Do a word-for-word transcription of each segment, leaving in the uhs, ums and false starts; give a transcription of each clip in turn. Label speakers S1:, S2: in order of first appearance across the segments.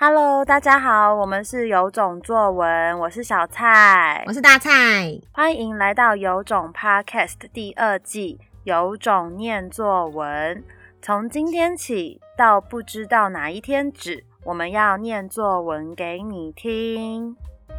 S1: Hello， 大家好，我们是有种作文，我是小蔡，
S2: 我是大蔡，
S1: 欢迎来到有种 Podcast 第二季，有种念作文。从今天起到不知道哪一天止，我们要念作文给你听。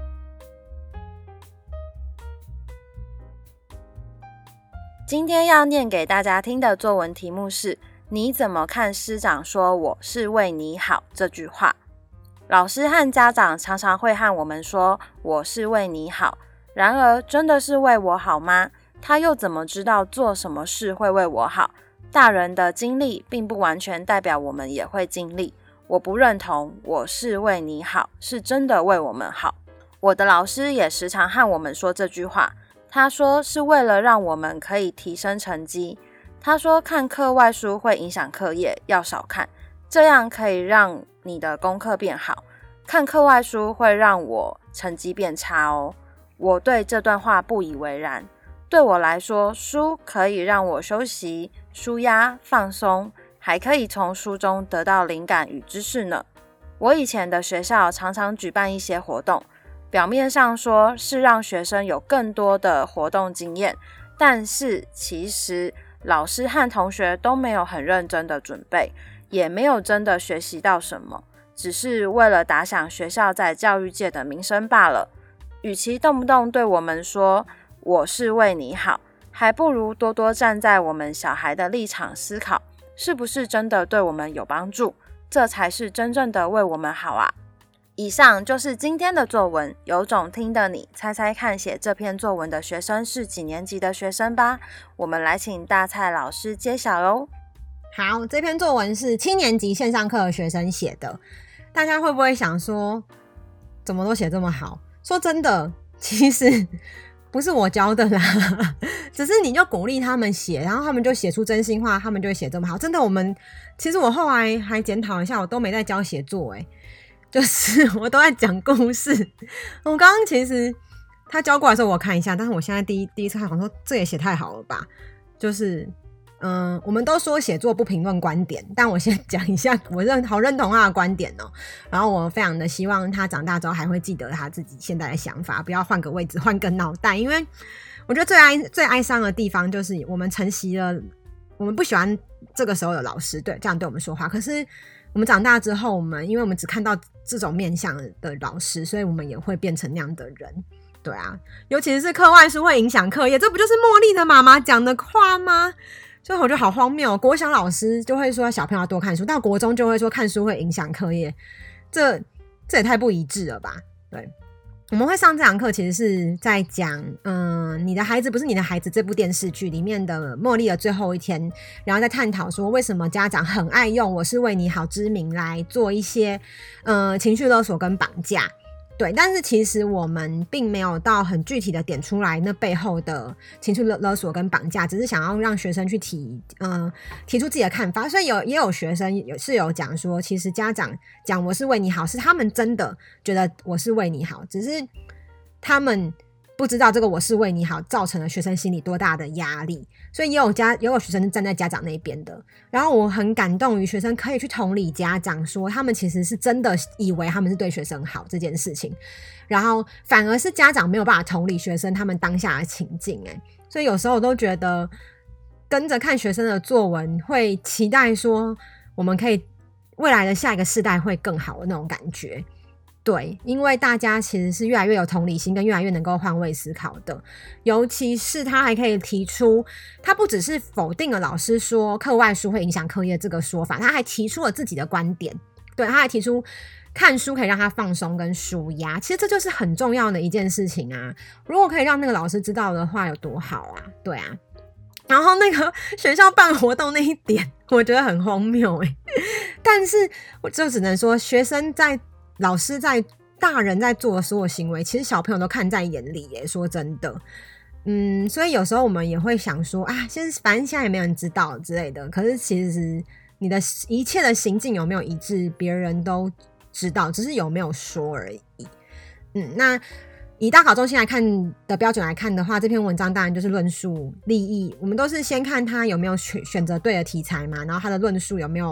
S1: 今天要念给大家听的作文题目是：你怎么看师长说我是为你好这句话？老师和家长常常会和我们说我是为你好，然而真的是为我好吗？他又怎么知道做什么事会为我好？大人的经历并不完全代表我们也会经历。我不认同我是为你好是真的为我们好。我的老师也时常和我们说这句话，他说是为了让我们可以提升成绩。他说看课外书会影响课业，要少看，这样可以让你的功课变好。看课外书会让我成绩变差哦。我对这段话不以为然。对我来说，书可以让我休息、舒压、放松，还可以从书中得到灵感与知识呢。我以前的学校常常举办一些活动，表面上说是让学生有更多的活动经验，但是其实老师和同学都没有很认真的准备，也没有真的学习到什么，只是为了打响学校在教育界的名声罢了。与其动不动对我们说我是为你好，还不如多多站在我们小孩的立场思考，是不是真的对我们有帮助，这才是真正的为我们好啊。以上就是今天的作文，有种听的你猜猜看，写这篇作文的学生是几年级的学生吧？我们来请大蔡老师揭晓哟。
S2: 好，这篇作文是七年级线上课的学生写的。大家会不会想说，怎么都写这么好？说真的，其实不是我教的啦，只是你就鼓励他们写，然后他们就写出真心话，他们就会写这么好。真的，我们其实我后来还检讨一下，我都没在教写作，欸，就是我都在讲故事。我刚刚其实他教过来的时候我看一下，但是我现在第一第一次看，我说这也写太好了吧，就是嗯，我们都说写作不评论观点，但我先讲一下我认好认同他的观点哦。然后我非常的希望他长大之后还会记得他自己现在的想法，不要换个位置换个脑袋，因为我觉得最哀最哀伤的地方就是我们承袭了我们不喜欢这个时候的老师对这样对我们说话，可是我们长大之后，我们因为我们只看到这种面向的老师，所以我们也会变成那样的人。对啊，尤其是课外书会影响课业，这不就是茉莉的妈妈讲的话吗？所以我觉得好荒谬，国小老师就会说小朋友要多看书，到国中就会说看书会影响课业，这这也太不一致了吧？对，我们会上这堂课其实是在讲，嗯，你的孩子不是你的孩子这部电视剧里面的茉莉的最后一天，然后在探讨说为什么家长很爱用我是为你好之名来做一些，呃，情绪勒索跟绑架。对，但是其实我们并没有到很具体的点出来那背后的情绪勒索跟绑架，只是想要让学生去提呃提出自己的看法，所以有也有学生有是有讲说，其实家长讲我是为你好，是他们真的觉得我是为你好，只是他们不知道这个我是为你好造成了学生心里多大的压力，所以也有家也有学生是站在家长那边的。然后我很感动于学生可以去同理家长，说他们其实是真的以为他们是对学生好这件事情，然后反而是家长没有办法同理学生他们当下的情境。欸，所以有时候我都觉得跟着看学生的作文，会期待说我们可以未来的下一个世代会更好的那种感觉。对，因为大家其实是越来越有同理心，跟越来越能够换位思考的。尤其是他还可以提出，他不只是否定了老师说课外书会影响课业这个说法，他还提出了自己的观点。对，他还提出看书可以让他放松跟抒压，其实这就是很重要的一件事情啊。如果可以让那个老师知道的话，有多好啊？对啊。然后那个学校办活动那一点，我觉得很荒谬欸。但是我就只能说，学生在老师在大人在做的所有行为，其实小朋友都看在眼里耶，说真的。嗯，所以有时候我们也会想说啊，现在反正现在也没有人知道之类的，可是其实你的一切的行径有没有一致，别人都知道，只是有没有说而已。嗯，那以大考中心来看的标准来看的话，这篇文章当然就是论述立意，我们都是先看他有没有选选择对的题材嘛，然后他的论述有没有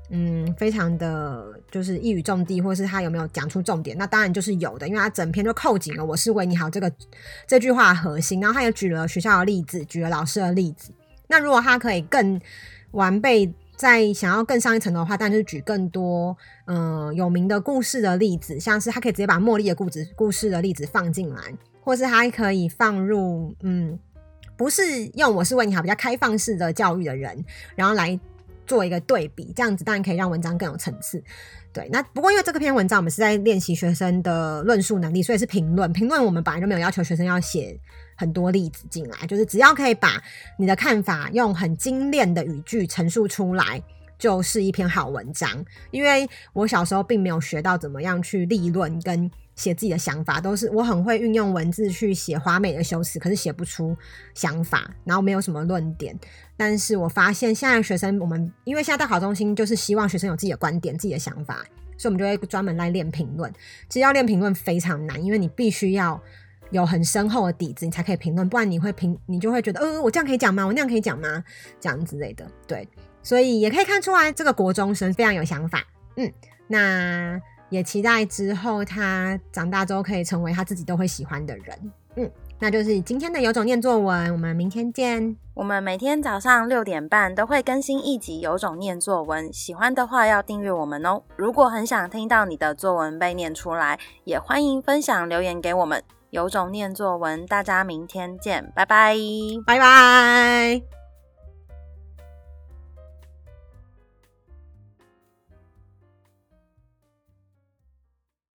S2: 嗯，非常的就是一语中的，或是他有没有讲出重点？那当然就是有的，因为他整篇就扣紧了我是为你好这个这句话的核心，然后他也举了学校的例子，举了老师的例子。那如果他可以更完备，在想要更上一层的话，当然就是举更多嗯、呃、有名的故事的例子，像是他可以直接把茉莉的故事故事的例子放进来，或是他可以放入嗯不是用我是为你好比较开放式的教育的人，然后来做一个对比，这样子当然可以让文章更有层次。对，那不过因为这个篇文章我们是在练习学生的论述能力，所以是评论。评论我们本来就没有要求学生要写很多例子进来，就是只要可以把你的看法用很精炼的语句陈述出来，就是一篇好文章。因为我小时候并没有学到怎么样去立论跟写自己的想法，都是我很会运用文字去写华美的修辞，可是写不出想法，然后没有什么论点。但是我发现现在的学生，我们因为现在大考中心就是希望学生有自己的观点、自己的想法，所以我们就会专门来练评论。其实要练评论非常难，因为你必须要有很深厚的底子，你才可以评论，不然你会评，你就会觉得，呃，我这样可以讲吗？我那样可以讲吗？这样之类的。对，所以也可以看出来，这个国中生非常有想法。嗯，那也期待之后他长大之后可以成为他自己都会喜欢的人。嗯，那就是今天的有种念作文，我们明天见。
S1: 我们每天早上六点半都会更新一集有种念作文，喜欢的话要订阅我们哦。如果很想听到你的作文被念出来，也欢迎分享留言给我们。有种念作文，大家明天见，拜拜，
S2: 拜拜。